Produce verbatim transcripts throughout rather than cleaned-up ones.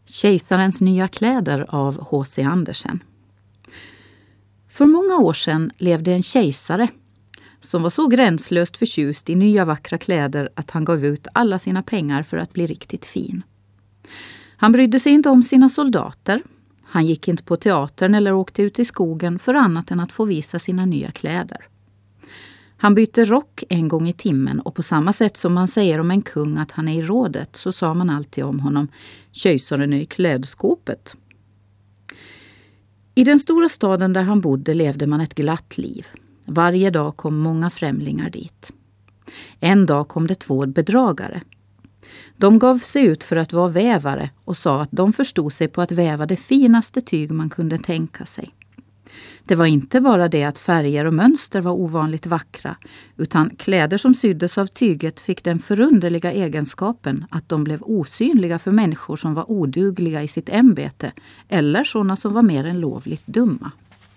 Kejsarens nya kläder av H C Andersen. För många år sedan levde en kejsare som var så gränslöst förtjust i nya vackra kläder att han gav ut alla sina pengar för att bli riktigt fin. Han brydde sig inte om sina soldater. Han gick inte på teatern eller åkte ut i skogen för annat än att få visa sina nya kläder. Han bytte rock en gång i timmen, och på samma sätt som man säger om en kung att han är i rådet så sa man alltid om honom: kejsaren är i klädskåpet. I den stora staden där han bodde levde man ett glatt liv. Varje dag kom många främlingar dit. En dag kom det två bedragare. De gav sig ut för att vara vävare och sa att de förstod sig på att väva det finaste tyg man kunde tänka sig. Det var inte bara det att färger och mönster var ovanligt vackra, utan kläder som syddes av tyget fick den förunderliga egenskapen att de blev osynliga för människor som var odugliga i sitt ämbete eller sådana som var mer än lovligt dumma.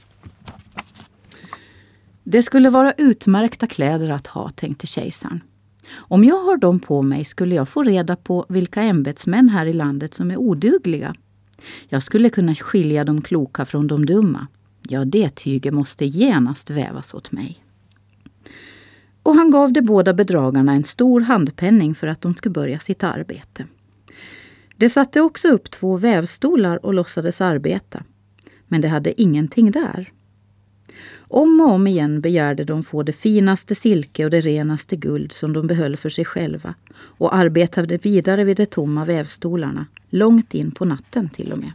Det skulle vara utmärkta kläder att ha, tänkte kejsaren. Om jag har dem på mig skulle jag få reda på vilka ämbetsmän här i landet som är odugliga. Jag skulle kunna skilja de kloka från de dumma. Ja, det tyget måste genast vävas åt mig. Och han gav de båda bedragarna en stor handpenning för att de skulle börja sitt arbete. De satte också upp två vävstolar och låtsades arbeta. Men de hade ingenting där. Om och om igen begärde de få det finaste silke och det renaste guld som de behöll för sig själva och arbetade vidare vid de tomma vävstolarna, långt in på natten till och med.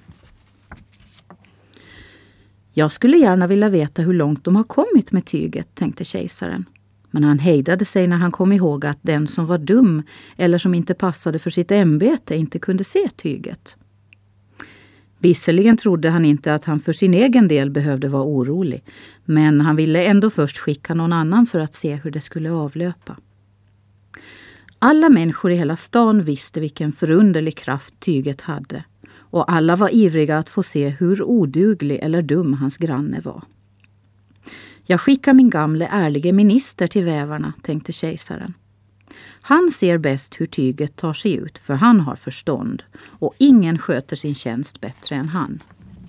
Jag skulle gärna vilja veta hur långt de har kommit med tyget, tänkte kejsaren. Men han hejdade sig när han kom ihåg att den som var dum eller som inte passade för sitt ämbete inte kunde se tyget. Visserligen trodde han inte att han för sin egen del behövde vara orolig, men han ville ändå först skicka någon annan för att se hur det skulle avlöpa. Alla människor i hela stan visste vilken förunderlig kraft tyget hade, och alla var ivriga att få se hur oduglig eller dum hans granne var. Jag skickar min gamle ärlige minister till vävarna, tänkte kejsaren. Han ser bäst hur tyget tar sig ut, för han har förstånd, och ingen sköter sin tjänst bättre än han.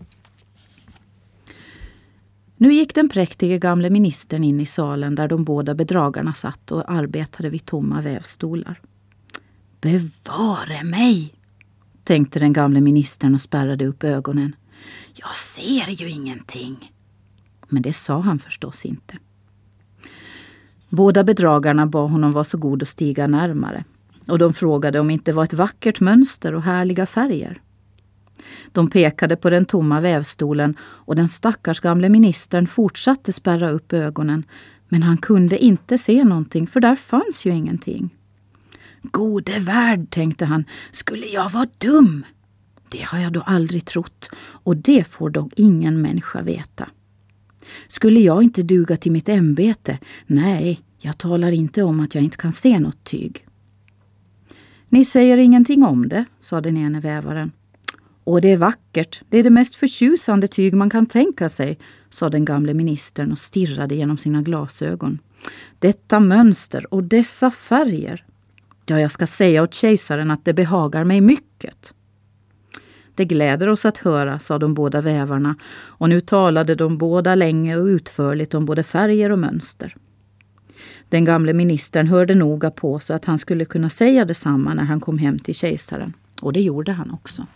Nu gick den präktige gamle ministern in i salen där de båda bedragarna satt och arbetade vid tomma vävstolar. Bevare mig, tänkte den gamle ministern och spärrade upp ögonen. Jag ser ju ingenting. Men det sa han förstås inte. Båda bedragarna bad honom vara så god att stiga närmare, och de frågade om det inte var ett vackert mönster och härliga färger. De pekade på den tomma vävstolen, och den stackars gamle ministern fortsatte spärra upp ögonen, men han kunde inte se någonting, för där fanns ju ingenting. Gode värld, tänkte han, skulle jag vara dum? Det har jag då aldrig trott, och det får dock ingen människa veta. Skulle jag inte duga till mitt ämbete? Nej, jag talar inte om att jag inte kan se något tyg. Ni säger ingenting om det, sa den ene vävaren. Och det är vackert, det är det mest förtjusande tyg man kan tänka sig, sa den gamle ministern och stirrade genom sina glasögon. Detta mönster och dessa färger. Ja, jag ska säga åt kejsaren att det behagar mig mycket. Det gläder oss att höra, sa de båda vävarna, och nu talade de båda länge och utförligt om både färger och mönster. Den gamle ministern hörde noga på så att han skulle kunna säga detsamma när han kom hem till kejsaren, och det gjorde han också.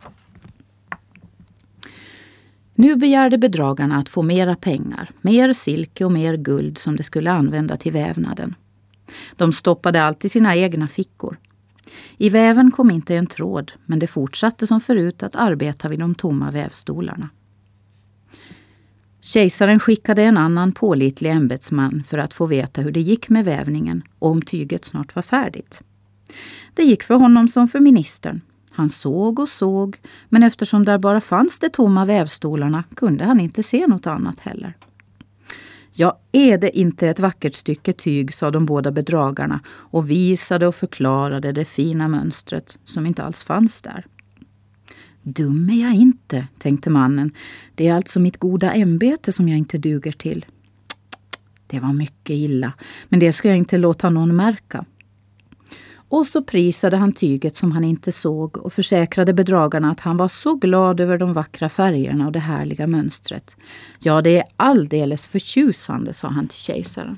Nu begärde bedragarna att få mera pengar, mer silke och mer guld som de skulle använda till vävnaden. De stoppade allt i sina egna fickor. I väven kom inte en tråd, men det fortsatte som förut att arbeta vid de tomma vävstolarna. Kejsaren skickade en annan pålitlig ämbetsman för att få veta hur det gick med vävningen och om tyget snart var färdigt. Det gick för honom som för ministern. Han såg och såg, men eftersom där bara fanns de tomma vävstolarna kunde han inte se något annat heller. Ja, är det inte ett vackert stycke tyg, sa de båda bedragarna och visade och förklarade det fina mönstret som inte alls fanns där. Dum är jag inte, tänkte mannen. Det är alltså mitt goda ämbete som jag inte duger till. Det var mycket illa, men det ska jag inte låta någon märka. Och så prisade han tyget som han inte såg och försäkrade bedragarna att han var så glad över de vackra färgerna och det härliga mönstret. Ja, det är alldeles förtjusande, sa han till kejsaren.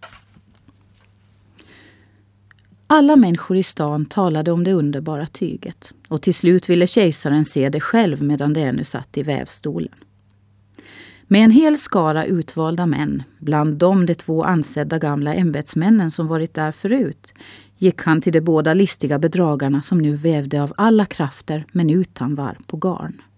Alla människor i stan talade om det underbara tyget och till slut ville kejsaren se det själv medan det ännu satt i vävstolen. Med en hel skara utvalda män, bland dem de två ansedda gamla ämbetsmännen som varit där förut, gick han till de båda listiga bedragarna som nu vävde av alla krafter men utan var på garn.